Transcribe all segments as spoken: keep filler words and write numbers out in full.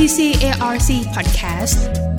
ที ซี เอ อาร์ ซี Podcast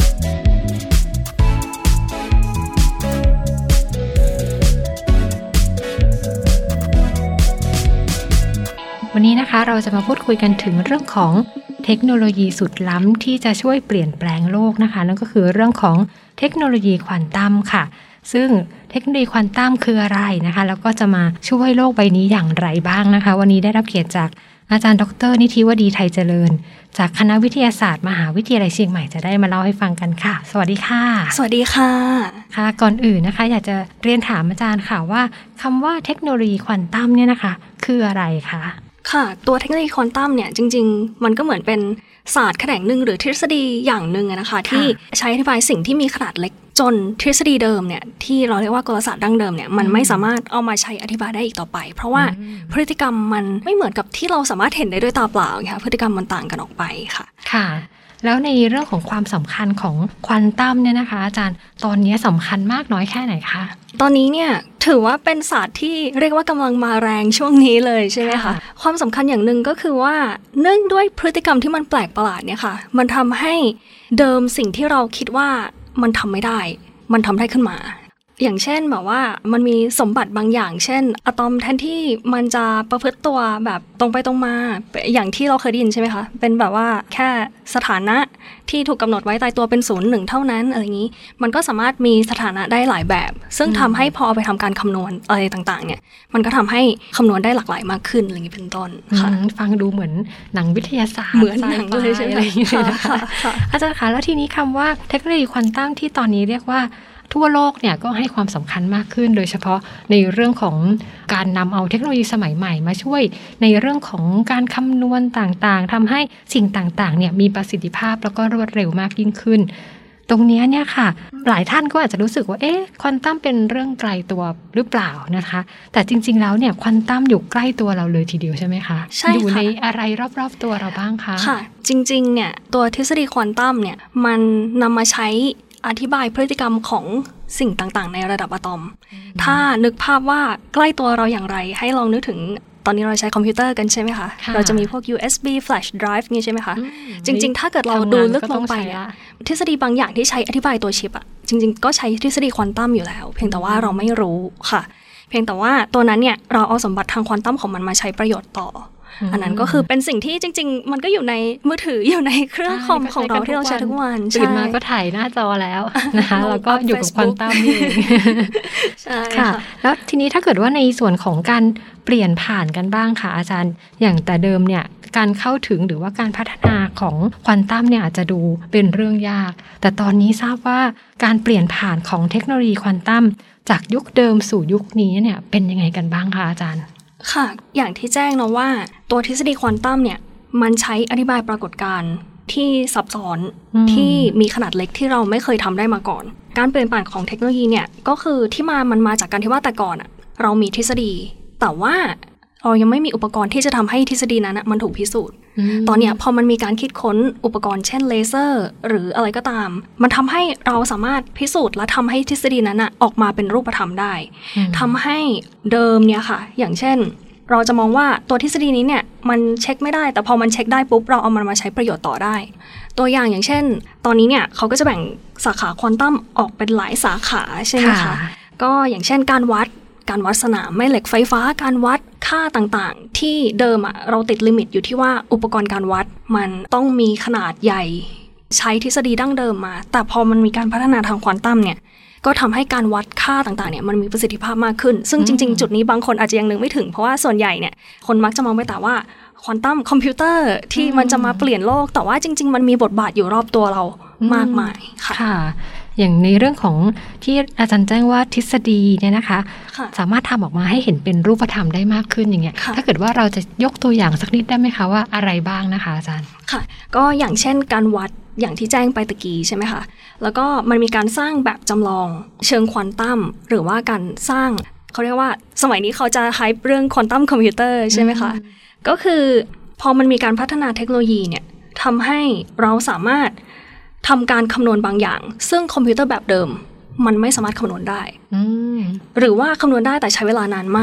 วันนี้นะคะเราจะมาพูดคุยกันถึงเรื่องของเทคโนโลยีสุดล้ำที่จะช่วยเปลี่ยนแปลงโลกนะคะนั่นก็คือเรื่องของเทคโนโลยีควอนตัมค่ะซึ่งเทคโนโลยีควอนตัมคืออะไรนะคะแล้วก็จะมาช่วยโลกใบนี้อย่างไรบ้างนะคะวันนี้ได้รับเกียรติจากอาจารย์ดร.นิธิวดีไทยเจริญจากคณะวิทยาศาสตร์มหาวิทยาลัยเชียงใหม่จะได้มาเล่าให้ฟังกันค่ะสวัสดีค่ะสวัสดีค่ะค่ะก่อนอื่นนะคะอยากจะเรียนถามอาจารย์ค่ะว่าคำว่าเทคโนโลยีควอนตัมเนี่ยนะคะคืออะไรคะค่ะตัวเทคโนโลยีควอนตัมเนี่ยจริงๆมันก็เหมือนเป็นศาสตร์แขนงหนึ่งหรือทฤษฎีอย่างหนึ่งนะคะที่ใช้อธิบายสิ่งที่มีขนาดเล็กจนทฤษฎีเดิมเนี่ยที่เราเรียกว่ากลศาสตร์ดั้งเดิมเนี่ยมันไม่สามารถเอามาใช้อธิบายได้อีกต่อไปเพราะว่าพฤติกรรมมันไม่เหมือนกับที่เราสามารถเห็นได้ด้วยตาเปล่าค่ะพฤติกรรมมันต่างกันออกไปค่ะค่ะแล้วในเรื่องของความสำคัญของควอนตัมเนี่ยนะคะอาจารย์ตอนนี้สำคัญมากน้อยแค่ไหนคะตอนนี้เนี่ยถือว่าเป็นศาสตร์ที่เรียกว่ากำลังมาแรงช่วงนี้เลยใช่ไหมคะความสำคัญอย่างหนึ่งก็คือว่าเนื่องด้วยพฤติกรรมที่มันแปลกประหลาดเนี่ยค่ะมันทำให้เดิมสิ่งที่เราคิดว่ามันทำไม่ได้มันทำได้ขึ้นมาอย่างเช่นแบบว่ามันมีสมบัติบางอย่างเช่นอะตอมแทนที่มันจะประพฤติตัวแบบตรงไปตรงมาอย่างที่เราเคยได้ยินใช่ไหมคะเป็นแบบว่าแค่สถานะที่ถูกกำหนดไว้ตายตัวเป็นศูนย์หนึ่งเท่านั้นอะไรอย่างนี้มันก็สามารถมีสถานะได้หลายแบบซึ่งทำให้พอเอาไปทำการคำนวณอะไรต่างๆเนี่ยมันก็ทำให้คำนวณได้หลากหลายมากขึ้นอะไรอย่างนี้เป็นต้นค่ะฟังดูเหมือนหนังวิทยาศาสตร์เหมือนหนังเลยใช่ไหมคะอาจารย์คะแล้วทีนี้คำว่าเทคโนโลยีควอนตัมที่ตอนนี้เรียกว่าทั่วโลกเนี่ยก็ให้ความสำคัญมากขึ้นโดยเฉพาะในเรื่องของการนำเอาเทคโนโลยีสมัยใหม่มาช่วยในเรื่องของการคำนวณต่างๆทำให้สิ่งต่างๆเนี่ยมีประสิทธิภาพแล้วก็รวดเร็วมากยิ่งขึ้นตรงนี้เนี่ยค่ะหลายท่านก็อาจจะรู้สึกว่าเอ๊ะควอนตัมเป็นเรื่องไกลตัวหรือเปล่านะคะแต่จริงๆแล้วเนี่ยควอนตัมอยู่ใกล้ตัวเราเลยทีเดียวใช่ไหมคะใช่ค่ะอยู่ในอะไรรอบๆตัวเราบ้างคะค่ะจริงๆเนี่ยตัวทฤษฎีควอนตัมเนี่ยมันนำมาใช้อธิบายพฤติกรรมของสิ่งต่างๆในระดับอะตอมถ้านึกภาพว่าใกล้ตัวเราอย่างไรให้ลองนึกถึงตอนนี้เราใช้คอมพิวเตอร์กันใช่ไหมคะเราจะมีพวก ยู เอส บี flash drive นี่ใช่ไหมคะจริงๆถ้าเกิดเราดูลึกลงไปทฤษฎีบางอย่างที่ใช้อธิบายตัวชิปอะจริงๆก็ใช้ทฤษฎีควอนตัมอยู่แล้วเพียงแต่ว่าเราไม่รู้ค่ะเพียงแต่ว่าตัวนั้นเนี่ยเราเอาสมบัติทางควอนตัมของมันมาใช้ประโยชน์ต่ออันนั้นก็คือเป็นสิ่งที่จริงๆมันก็อยู่ในมือถืออยู่ในเครื่องคอมของเราที่เราใช้ทุกวันตื่นมาก็ถ่ายหน้าจอแล้วนะคะแล้วก็อยู่กับควอนตัมนี่เองใช่ค่ะแล้วทีนี้ถ้าเกิดว่าในส่วนของการเปลี่ยนผ่านกันบ้างค่ะอาจารย์อย่างแต่เดิมเนี่ยการเข้าถึงหรือว่าการพัฒนาของควอนตัมเนี่ยอาจจะดูเป็นเรื่องยากแต่ตอนนี้ทราบว่าการเปลี่ยนผ่านของเทคโนโลยีควอนตัมจากยุคเดิมสู่ยุคนี้เนี่ยเป็นยังไงกันบ้างคะอาจารย์ค่ะอย่างที่แจ้งนะว่าตัวทฤษฎีควอนตัมเนี่ยมันใช้อธิบายปรากฏการณ์ที่ซับซ้อนที่มีขนาดเล็กที่เราไม่เคยทำได้มาก่อนการเปลี่ยนผ่านของเทคโนโลยีเนี่ยก็คือที่มามันมาจากการที่ว่าแต่ก่อนอะเรามีทฤษฎีแต่ว่าเรายังไม่มีอุปกรณ์ที่จะทำให้ทฤษฎีนั้นมันถูกพิสูจน์ตอนนี้พอมันมีการคิดค้นอุปกรณ์เช่นเลเซอร์หรืออะไรก็ตามมันทำให้เราสามารถพิสูจน์และทำให้ทฤษฎีนั้นออกมาเป็นรูปธรรมได้ทำให้เดิมเนี่ยค่ะอย่างเช่นเราจะมองว่าตัวทฤษฎีนี้เนี่ยมันเช็คไม่ได้แต่พอมันเช็คได้ปุ๊บเราเอามันมาใช้ประโยชน์ต่อได้ตัวอย่างอย่างเช่นตอนนี้เนี่ยเขาก็จะแบ่งสาขาควอนตัมออกเป็นหลายสาขาใช่ไหมคะก็อย่างเช่นการวัดการวัดสนามแม่เหล็กไฟฟ้าการวัดค่าต่างๆที่เดิมอะเราติดลิมิตอยู่ที่ว่าอุปกรณ์การวัดมันต้องมีขนาดใหญ่ใช้ทฤษฎีดั้งเดิมมาแต่พอมันมีการพัฒนาทางควอนตัมเนี่ยก็ทำให้การวัดค่าต่างๆเนี่ยมันมีประสิทธิภาพมากขึ้นซึ่งจริงๆจุดนี้บางคนอาจจะยังนึกไม่ถึงเพราะว่าส่วนใหญ่เนี่ยคนมักจะมองไปแต่ว่าควอนตัมคอมพิวเตอร์ที่มันจะมาเปลี่ยนโลกแต่ว่าจริงๆมันมีบทบาทอยู่รอบตัวเรามากมายค่ะอย่างในเรื่องของที่อาจารย์แจ้งว่าทฤษฎีเนี่ยนะคะสามารถทำออกมาให้เห็นเป็นรูปธรรมได้มากขึ้นอย่างเงี้ยถ้าเกิดว่าเราจะยกตัวอย่างสักนิดได้ไหมคะว่าอะไรบ้างนะคะอาจารย์ค่ะก็อย่างเช่นการวัดอย่างที่แจ้งไปตะกี้ใช่ไหมคะแล้วก็มันมีการสร้างแบบจำลองเชิงควอนตัมหรือว่าการสร้างเขาเรียกว่าสมัยนี้เขาจะไฮป์เรื่องควอนตัมคอมพิวเตอร์ใช่ไหมคะก็คือพอมันมีการพัฒนาเทคโนโลยีเนี่ยทำให้เราสามารถทำการคำนวณบางอย่างซึ่งคอมพิวเตอร์แบบเดิมมันไม่สามารถคำนวณได้หรือว่าคำนวณได้แต่ใช้เวลานานมาก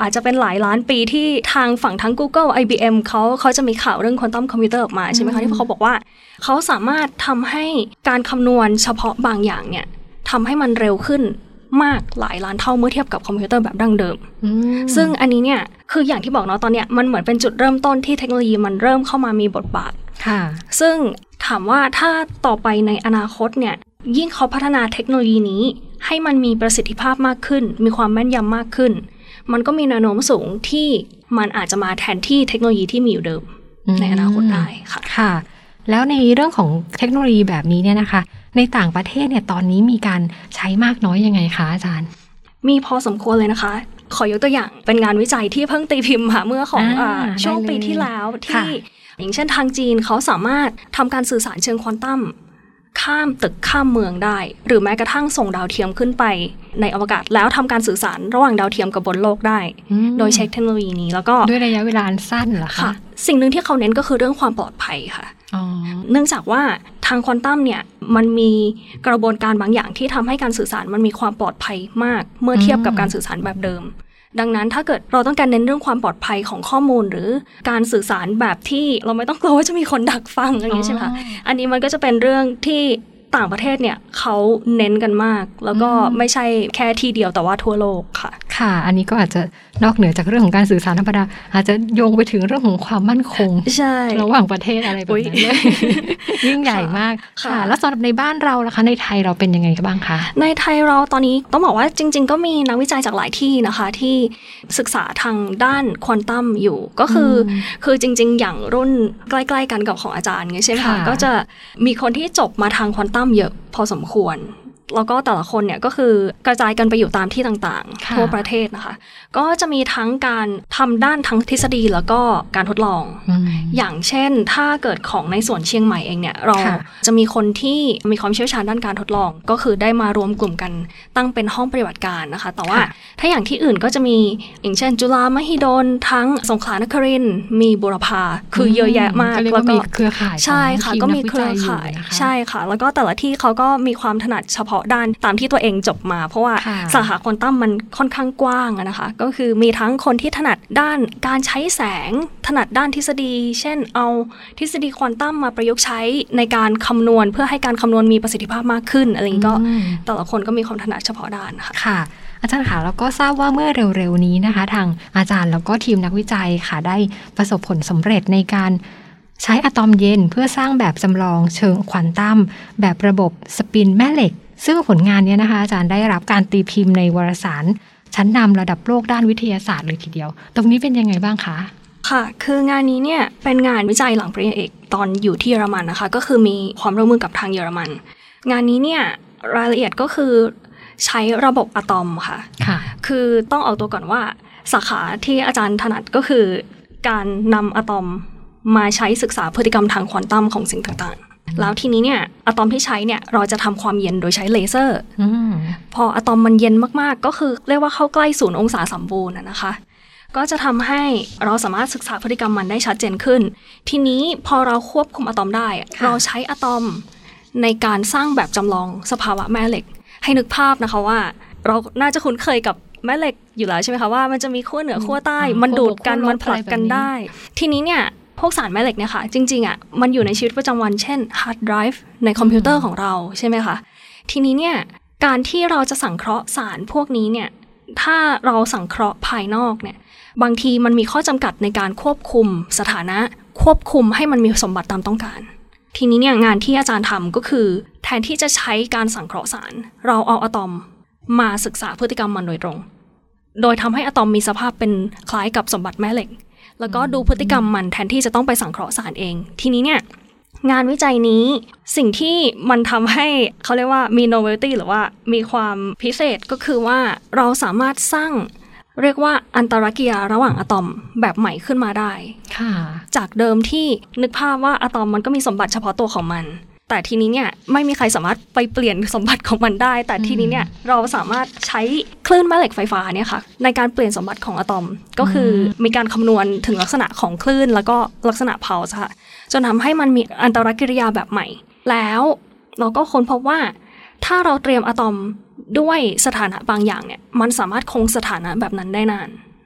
อาจจะเป็นหลายล้านปีที่ทางฝั่งทั้ง Google ไอ บี เอ็ม เขาเขาจะมีข่าวเรื่องควอนตัมคอมพิวเตอร์ออกมาใช่ไหมคะที่เขาบอกว่าเขาสามารถทำให้การคำนวณเฉพาะบางอย่างเนี่ยทำให้มันเร็วขึ้นมากหลายล้านเท่าเมื่อเทียบกับคอมพิวเตอร์แบบดั้งเดิมซึ่งอันนี้เนี่ยคืออย่างที่บอกเนาะตอนเนี้ยมันเหมือนเป็นจุดเริ่มต้นที่เทคโนโลยีมันเริ่มเข้ามามีบทบาทค่ะซึ่งถามว่าถ้าต่อไปในอนาคตเนี่ยยิ่งเขาพัฒนาเทคโนโลยีนี้ให้มันมีประสิทธิภาพมากขึ้นมีความแม่นยำมากขึ้นมันก็มีแนวโน้มสูงที่มันอาจจะมาแทนที่เทคโนโลยีที่มีอยู่เดิมในอนาคตได้ค่ะค่ะแล้วในเรื่องของเทคโนโลยีแบบนี้เนี่ยนะคะในต่างประเทศเนี่ยตอนนี้มีการใช้มากน้อยยังไงคะอาจารย์มีพอสมควรเลยนะคะขอยกตัวอย่างเป็นงานวิจัยที่เพิ่งตีพิมพ์ค่ะเมื่อของอ่าช่วงปีที่แล้วที่อย่างเช่นทางจีนเขาสามารถทำการสื่อสารเชิงควอนตัมข้ามตึกข้ามเมืองได้หรือแม้กระทั่งส่งดาวเทียมขึ้นไปในอวกาศแล้วทำการสื่อสารระหว่างดาวเทียมกับบนโลกได้โดยใช้เทคโนโลยีนี้แล้วก็ด้วยระยะเวลาอันสั้นเหรอคะสิ่งหนึ่งที่เขาเน้นก็คือเรื่องความปลอดภัยค่ะเนื่องจากว่าทางควอนตัมเนี่ยมันมีกระบวนการบางอย่างที่ทำให้การสื่อสารมันมีความปลอดภัยมากเมื่อเทียบกับการสื่อสารแบบเดิมดังนั้นถ้าเกิดเราต้องการเน้นเรื่องความปลอดภัยของข้อมูลหรือการสื่อสารแบบที่เราไม่ต้องกลัวว่าจะมีคนดักฟังอะไรอย่างนี้ใช่ไหมคะอันนี้มันก็จะเป็นเรื่องที่ต่างประเทศเนี่ยเขาเน้นกันมากแล้วก็ไม่ใช่แค่ที่เดียวแต่ว่าทั่วโลกค่ะค่ะอันนี้ก็อาจจะนอกเหนือจากเรื่องของการสื่อสารธรรมดาอาจจะโยงไปถึงเรื่องของความมั่นคงใช่ระหว่างประเทศอะไรแบบนั้นเลยยิ่งใหญ่มากค่ะแล้วสำหรับในบ้านเราล่ะคะในไทยเราเป็นยังไงบ้างคะในไทยเราตอนนี้ต้องบอกว่าจริงๆก็มีนักวิจัยจากหลายที่นะคะที่ศึกษาทางด้านควอนตัมอยู่ก็คือคือจริงๆอย่างรุ่นใกล้ๆกันกับของอาจารย์ไงใช่ไหมคะก็จะมีคนที่จบมาทางควอนตัมเยอะพอสมควรแล้วก็แต่ละคนเนี่ยก็คือกระจายกันไปอยู่ตามที่ต่างๆทั่วประเทศนะคะก็จะมีทั้งการทำด้านทั้งทฤษฎีแล้วก็การทดลองอย่างเช่นถ้าเกิดของในส่วนเชียงใหม่เองเนี่ยเราจะมีคนที่มีความเชี่ยวชาญด้านการทดลองก็คือได้มารวมกลุ่มกันตั้งเป็นห้องปฏิบัติการนะคะแต่ว่าถ้าอย่างที่อื่นก็จะมีอย่างเช่นจุฬามหิดลทั้งสงขลานครินทร์มีบุรพาคือเยอะแยะมากแล้วก็มีเครือข่ายใช่ค่ะก็มีเครือข่ายใช่ค่ะแล้วก็แต่ละที่เขาก็มีความถนัดเฉพาะด้านตามที่ตัวเองจบมาเพราะว่าสาขาควอนตัมมันค่อนข้างกว้างนะคะก็คือมีทั้งคนที่ถนัดด้านการใช้แสงถนัดด้านทฤษฎีเช่นเอาทฤษฎีควอนตัมมาประยุกต์ใช้ในการคำนวณเพื่อให้การคำนวณมีประสิทธิภาพมากขึ้นอะไรนี้ก็แต่ละคนก็มีความถนัดเฉพาะด้านค่ะค่ะอาจารย์ค่ะแล้วก็ทราบว่าเมื่อเร็วๆนี้นะคะทางอาจารย์แล้วก็ทีมนักวิจัยค่ะได้ประสบผลสำเร็จในการใช้อะตอมเย็นเพื่อสร้างแบบจำลองเชิงควอนตัมแบบระบบสปินแม่เหล็กซึ่งผลงานนี้นะคะอาจารย์ได้รับการตีพิมพ์ในวารสารชั้นนำระดับโลกด้านวิทยาศาสตร์เลยทีเดียวตรงนี้เป็นยังไงบ้างคะค่ะคืองานนี้เนี่ยเป็นงานวิจัยหลังปริญญาเอกตอนอยู่ที่เยอรมันนะคะก็คือมีความร่วมมือกับทางเยอรมันงานนี้เนี่ยรายละเอียดก็คือใช้ระบบอะตอมค่ะค่ะคือต้องเอาตัวก่อนว่าสาขาที่อาจารย์ถนัดก็คือการนำอะตอมมาใช้ศึกษาพฤติกรรมทางควอนตัมของสิ่งต่างๆแล้วทีนี้เนี่ยอะตอมที่ใช้เนี่ยเราจะทำความเย็นโดยใช้เลเซอร์พออะตอมมันเย็นมากๆก็คือเรียกว่าเข้าใกล้ศูนย์องศาสมบูรณ์นะคะก็จะทำให้เราสามารถศึกษาพฤติกรรมมันได้ชัดเจนขึ้นทีนี้พอเราควบคุมอะตอมได้เราใช้อะตอมในการสร้างแบบจำลองสภาวะแม่เหล็กให้นึกภาพนะคะว่าเราน่าจะคุ้นเคยกับแม่เหล็กอยู่แล้วใช่ไหมคะว่ามันจะมีขั้วเหนือขั้วใต้มันดูดกันมันผลักกันได้ทีนี้เนี่ยพวกสารแม่เหล็กเนี่ยค่ะจริงๆอ่ะมันอยู่ในชีวิตประจำวันเช่นฮาร์ดไดรฟ์ในคอมพิวเตอร์ของเราใช่ไหมคะทีนี้เนี่ยการที่เราจะสังเคราะห์สารพวกนี้เนี่ยถ้าเราสังเคราะห์ภายนอกเนี่ยบางทีมันมีข้อจำกัดในการควบคุมสถานะควบคุมให้มันมีสมบัติตามต้องการทีนี้เนี่ยงานที่อาจารย์ทำก็คือแทนที่จะใช้การสังเคราะห์สารเราเอาอะตอมมาศึกษาพฤติกรรมมันโดยตรงโดยทำให้อะตอมมีสภาพเป็นคล้ายกับสมบัติแม่เหล็กแล้วก็ดูพฤติกรรมมันแทนที่จะต้องไปสังเคราะห์สารเองทีนี้เนี่ยงานวิจัยนี้สิ่งที่มันทำให้เขาเรียกว่ามี novelty หรือว่ามีความพิเศษก็คือว่าเราสามารถสร้างเรียกว่าอันตรกิริยาระหว่างอะตอมแบบใหม่ขึ้นมาได้จากเดิมที่นึกภาพว่าอะตอมมันก็มีสมบัติเฉพาะตัวของมันแต่ทีนี้เนี่ยไม่มีใครสามารถไปเปลี่ยนสมบัติของมันได้แต่ทีนี้เนี่ยเราสามารถใช้คลื่นแม่เหล็กไฟฟ้าเนี่ยค่ะในการเปลี่ยนสมบัติของอะตอมก็คือมีการคำนวณถึงลักษณะของคลื่นแล้วก็ลักษณะเพาส์ค่ะจนทำให้มันมีอันตรกิริยาแบบใหม่แล้วเราก็ค้นพบว่าถ้าเราเตรียมอะตอมด้วยสถานะบางอย่างเนี่ยมันสามารถคงสถานะแบบนั้นได้นาน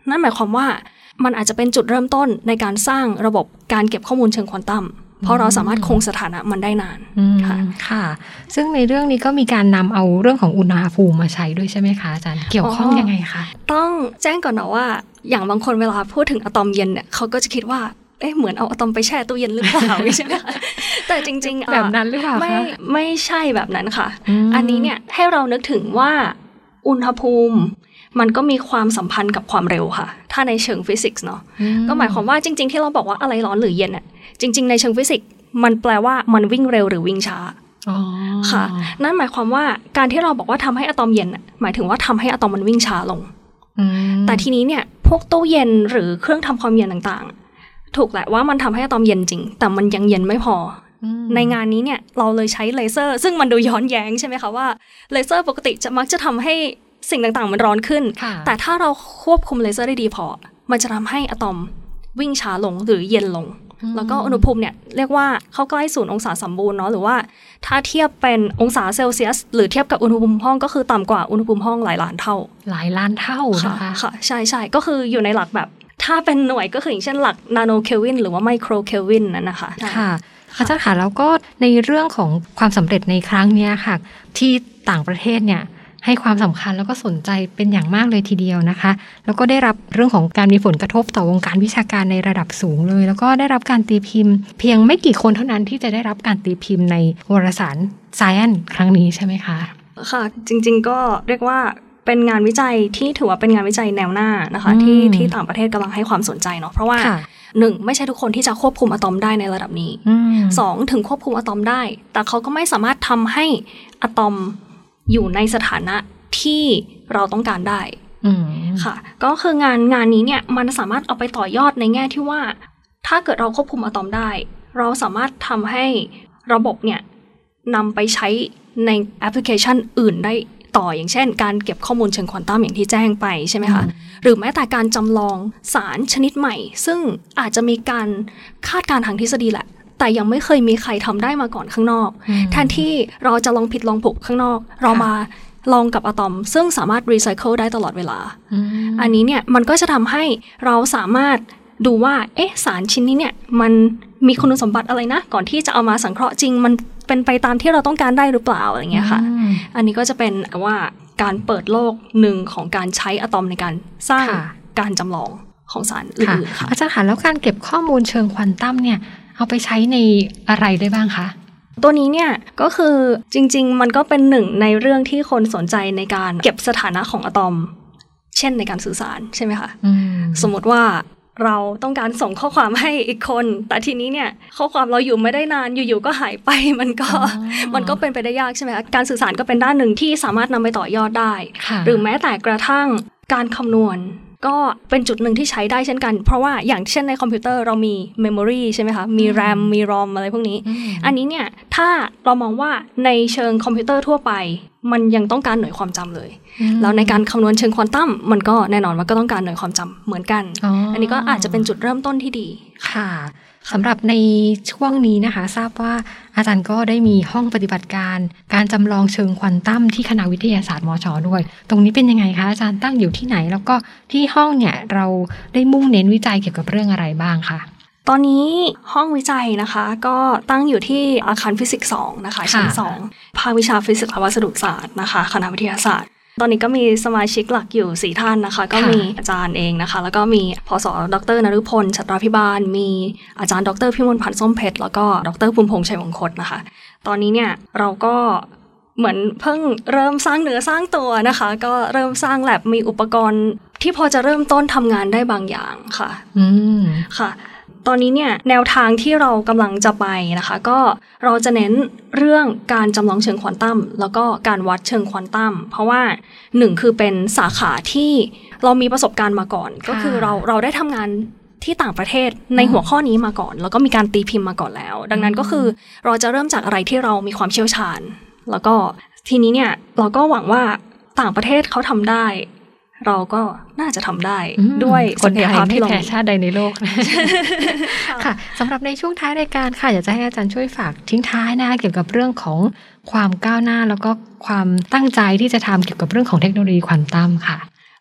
นั่นหมายความว่ามันอาจจะเป็นจุดเริ่มต้นในการสร้างระบบการเก็บข้อมูลเชิงควอนตัมเพราะเราสามารถคงสถานะมันได้นานค่ะค่ะซึ่งในเรื่องนี้ก็มีการนำเอาเรื่องของอุณหภูมิมาใช้ด้วยใช่ไหมคะอาจารย์เกี่ยวข้องยังไงคะต้องแจ้งก่อนนะว่าอย่างบางคนเวลาพูดถึงอะตอมเย็นเนี่ยเขาก็จะคิดว่าเอ๊ะเหมือนเอาอะตอมไปแช่ตู้เย็นหรือเปล่าใช่ไหมคะแต่จริงๆแบบนั้นหรือเปล่าไม่ไม่ใช่แบบนั้นค่ะ อ, อันนี้เนี่ยให้เรานึกถึงว่าอุณหภูมิมันก็มีความสัมพันธ์กับความเร็วค่ะถ้าในเชิงฟิสิกส์เนาะก็หมายความว่าจริงๆที่เราบอกว่าอะไรร้อนหรือเย็นน่ะจริงๆในเชิงฟิสิกส์มันแปลว่ามันวิ่งเร็วหรือวิ่งช้าค่ะนั่นหมายความว่าการที่เราบอกว่าทำให้อะตอมเย็นน่ะหมายถึงว่าทำให้อะตอมมันวิ่งช้าลงแต่ทีนี้เนี่ยพวกตู้เย็นหรือเครื่องทำความเย็นต่างๆถูกแหละว่ามันทำให้อะตอมเย็นจริงแต่มันยังเย็นไม่พอในงานนี้เนี่ยเราเลยใช้เลเซอร์ซึ่งมันดูย้อนแย้งใช่ไหมคะว่าเลเซอร์ปกติจะมักจะทำให้สิ่งต่างๆมันร้อนขึ้นแต่ถ้าเราควบคุมเลเซอร์ได้ดีพอมันจะทำให้อะตอมวิ่งช้าลงหรือเย็นลงแล้วก็อุณหภูมิเนี่ยเรียกว่าเข้าใกล้ศูนย์องศาสมบูรณ์เนาะหรือว่าถ้าเทียบเป็นองศาเซลเซียสหรือเทียบกับอุณหภูมิห้องก็คือต่ำกว่าอุณหภูมิห้องหลายล้านเท่าหลายล้านเท่านะคะค่ะใช่ใช่ก็คืออยู่ในหลักแบบถ้าเป็นหน่วยก็คืออย่างเช่นหลักนาโนเคลวินหรือว่าไมโครเคลวินนั่นนะคะค่ะอาจารย์ค่ะแล้วก็ในเรื่องของความสำเร็จในครั้งนี้ค่ะที่ต่างประเทศเนี่ยให้ความสำคัญแล้วก็สนใจเป็นอย่างมากเลยทีเดียวนะคะแล้วก็ได้รับเรื่องของการมีผลกระทบต่อวงการวิชาการในระดับสูงเลยแล้วก็ได้รับการตีพิมพ์เพียงไม่กี่คนเท่านั้นที่จะได้รับการตีพิมพ์ในวารสาร Science ครั้งนี้ใช่ไหมคะค่ะจริงๆก็เรียกว่าเป็นงานวิจัยที่ถือว่าเป็นงานวิจัยแนวหน้านะคะที่ที่ต่างประเทศกำลังให้ความสนใจเนาะเพราะว่าหนึ่งไม่ใช่ทุกคนที่จะควบคุมอะตอมได้ในระดับนี้สองถึงควบคุมอะตอมได้แต่เขาก็ไม่สามารถทำให้อะตอมอยู่ในสถานะที่เราต้องการได้ค่ะก็คืองานงานนี้เนี่ยมันสามารถเอาไปต่อยอดในแง่ที่ว่าถ้าเกิดเราควบคุมอะตอมได้เราสามารถทำให้ระบบเนี่ยนำไปใช้ในแอปพลิเคชันอื่นได้ต่ออย่างเช่นการเก็บข้อมูลเชิงควอนตัมอย่างที่แจ้งไปใช่ไหมคะหรือแม้แต่การจำลองสารชนิดใหม่ซึ่งอาจจะมีการคาดการณ์ทางทฤษฎีแหละแต่ยังไม่เคยมีใครทำได้มาก่อนข้างนอกแทนที่เราจะลองผิดลองถูกข้างนอกเรามาลองกับอะตอมซึ่งสามารถรีไซเคิลได้ตลอดเวลา อ, อันนี้เนี่ยมันก็จะทำให้เราสามารถดูว่าเอ๊ะสารชิ้นนี้เนี่ยมันมีคุณสมบัติอะไรนะก่อนที่จะเอามาสังเคราะห์จริงมันเป็นไปตามที่เราต้องการได้หรือเปล่าอะไรเงี้ยค่ะ อ, อันนี้ก็จะเป็นว่าการเปิดโลกหนึ่งของการใช้อะตอมในการสร้างการจำลองของสารอื่นๆค่ะอาจารย์ค่ะแล้วการเก็บข้อมูลเชิงควอนตัมเนี่ยเอาไปใช้ในอะไรได้บ้างคะตัวนี้เนี่ยก็คือจริงๆมันก็เป็นหนึ่งในเรื่องที่คนสนใจในการเก็บสถานะของอะตอมเช่นในการสื่อสารใช่ไหมคะสมมติว่าเราต้องการส่งข้อความให้อีกคนแต่ทีนี้เนี่ยข้อความเราอยู่ไม่ได้นานอยู่ๆก็หายไปมันก็มันก็เป็นไปได้ยากใช่ไหมคะการสื่อสารก็เป็นด้านหนึ่งที่สามารถนำไปต่อยอดได้หรือแม้แต่กระทั่งการคำนวณก็เป็นจุดหนึ่งที่ใช้ได้เช่นกันเพราะว่าอย่างเช่นในคอมพิวเตอร์เรามีเมมโมรีใช่ไหมคะมี แรม มี รอม อะไรพวกนี้อันนี้เนี่ยถ้าเรามองว่าในเชิงคอมพิวเตอร์ทั่วไปมันยังต้องการหน่วยความจำเลยแล้วในการคำนวณเชิงควอนตัมมันก็แน่นอนว่าก็ต้องการหน่วยความจำเหมือนกัน อ, อันนี้ก็อาจจะเป็นจุดเริ่มต้นที่ดีค่ะสำหรับในช่วงนี้นะคะทราบว่าอาจารย์ก็ได้มีห้องปฏิบัติการการจำลองเชิงควอนตัมที่คณะวิทยาศาสตร์มช.ด้วยตรงนี้เป็นยังไงคะอาจารย์ตั้งอยู่ที่ไหนแล้วก็ที่ห้องเนี่ยเราได้มุ่งเน้นวิจัยเกี่ยวกับเรื่องอะไรบ้างคะตอนนี้ห้องวิจัยนะคะก็ตั้งอยู่ที่อาคารฟิสิกส์สองนะคะชั้นสองภาควิชาฟิสิกส์และวัสดุศาสตร์นะคะคณะวิทยาศาสตร์ตอนนี้ก็มีสมาชิกหลักอยู่สี่ท่านนะคะก็มีอาจารย์เองนะคะแล้วก็มีผส.ดร.นฤพลชัตราภิบาลมีอาจารย์ดร.พิมลพันธ์ส้มเพชรแล้วก็ดร.ภูมิพงษ์ชัยมงคลนะคะตอนนี้เนี่ยเราก็เหมือนเพิ่งเริ่มสร้างเนื้อสร้างตัวนะคะก็เริ่มสร้างแลบมีอุปกรณ์ที่พอจะเริ่มต้นทำงานได้บางอย่างค่ะอืมค่ะตอนนี้เนี่ยแนวทางที่เรากำลังจะไปนะคะก็เราจะเน้นเรื่องการจำลองเชิงควอนตัมแล้วก็การวัดเชิงควอนตัมเพราะว่าหนึ่งคือเป็นสาขาที่เรามีประสบการณ์มาก่อนก็คือเราเราได้ทำงานที่ต่างประเทศในหัวข้อนี้มาก่อนแล้วก็มีการตีพิมพ์มาก่อนแล้วดังนั้นก็คือเราจะเริ่มจากอะไรที่เรามีความเชี่ยวชาญแล้วก็ทีนี้เนี่ยเราก็หวังว่าต่างประเทศเขาทำได้เราก็น่าจะทำได้ด้วยคนไทยไม่แพ้ชาติใดในโลกค่ะสำหรับในช่วงท้ายรายการค่ะอยากจะให้อาจารย์ช่วยฝากทิ้งท้ายนะคะเกี่ยวกับเรื่องของความก้าวหน้าแล้วก็ความตั้งใจที่จะทำเกี่ยวกับเรื่องของเทคโนโลยีควอนตัมค่ะ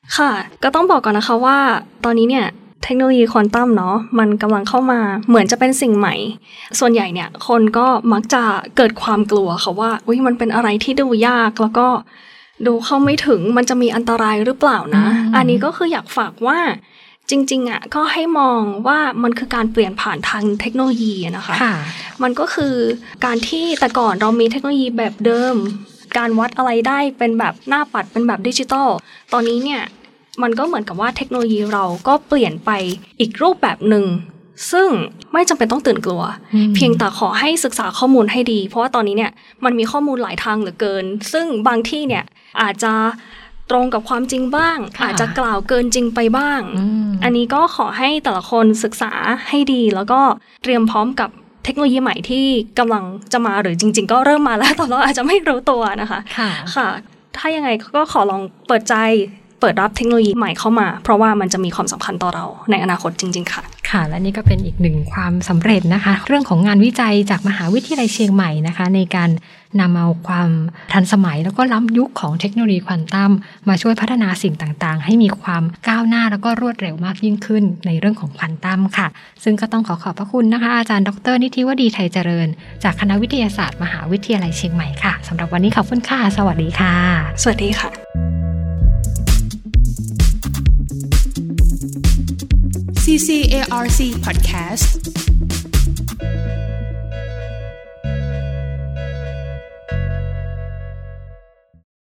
ค่ะก็ต้องบอกก่อนนะคะว่าตอนนี้เนี่ยเทคโนโลยีควอนตัมเนาะมันกำลังเข้ามาเหมือนจะเป็นสิ่งใหม่ส่วนใหญ่เนี่ยคนก็มักจะเกิดความกลัวค่ะว่าอุ๊ยมันเป็นอะไรที่ดูยากแล้วก็ดูเข้าไม่ถึงมันจะมีอันตรายหรือเปล่านะ อ, อันนี้ก็คืออยากฝากว่าจริงๆอ่ะก็ให้มองว่ามันคือการเปลี่ยนผ่านทางเทคโนโลยีนะคะมันก็คือการที่แต่ก่อนเรามีเทคโนโลยีแบบเดิมการวัดอะไรได้เป็นแบบหน้าปัดเป็นแบบดิจิตอลตอนนี้เนี่ยมันก็เหมือนกับว่าเทคโนโลยีเราก็เปลี่ยนไปอีกรูปแบบหนึ่งซึ่งไม่จำเป็นต้องตื่นกลัวเพียงแต่ขอให้ศึกษาข้อมูลให้ดีเพราะว่าตอนนี้เนี่ยมันมีข้อมูลหลายทางเหลือเกินซึ่งบางที่เนี่ยอาจจะตรงกับความจริงบ้างอาจจะกล่าวเกินจริงไปบ้าง อ, อันนี้ก็ขอให้แต่ละคนศึกษาให้ดีแล้วก็เตรียมพร้อมกับเทคโนโลยีใหม่ที่กำลังจะมาหรือจริงๆก็เริ่มมาแล้วแต่เราอาจจะไม่รู้ตัวนะคะค่ะค่ะถ้ายังไงก็ขอลองเปิดใจเปิดรับเทคโนโลยีใหม่เข้ามาเพราะว่ามันจะมีความสำคัญต่อเราในอนาคตจริงๆค่ะค่ะและนี่ก็เป็นอีกหนึ่งความสำเร็จนะคะเรื่องของงานวิจัยจากมหาวิทยาลัยเชียงใหม่นะคะในการนำเอาความทันสมัยแล้วก็ล้ำยุคของเทคโนโลยีควอนตัมมาช่วยพัฒนาสิ่งต่างๆให้มีความก้าวหน้าแล้วก็รวดเร็วมากยิ่งขึ้นในเรื่องของควอนตัมค่ะซึ่งก็ต้องขอขอบพระคุณนะคะอาจารย์ดร.นิธิวดีไทยเจริญจากคณะวิทยาศาสตร์มหาวิทยาลัยเชียงใหม่ค่ะสำหรับวันนี้ขอบคุณค่ะสวัสดีค่ะสวัสดีค่ะซี ซี เอ อาร์ ซี Podcast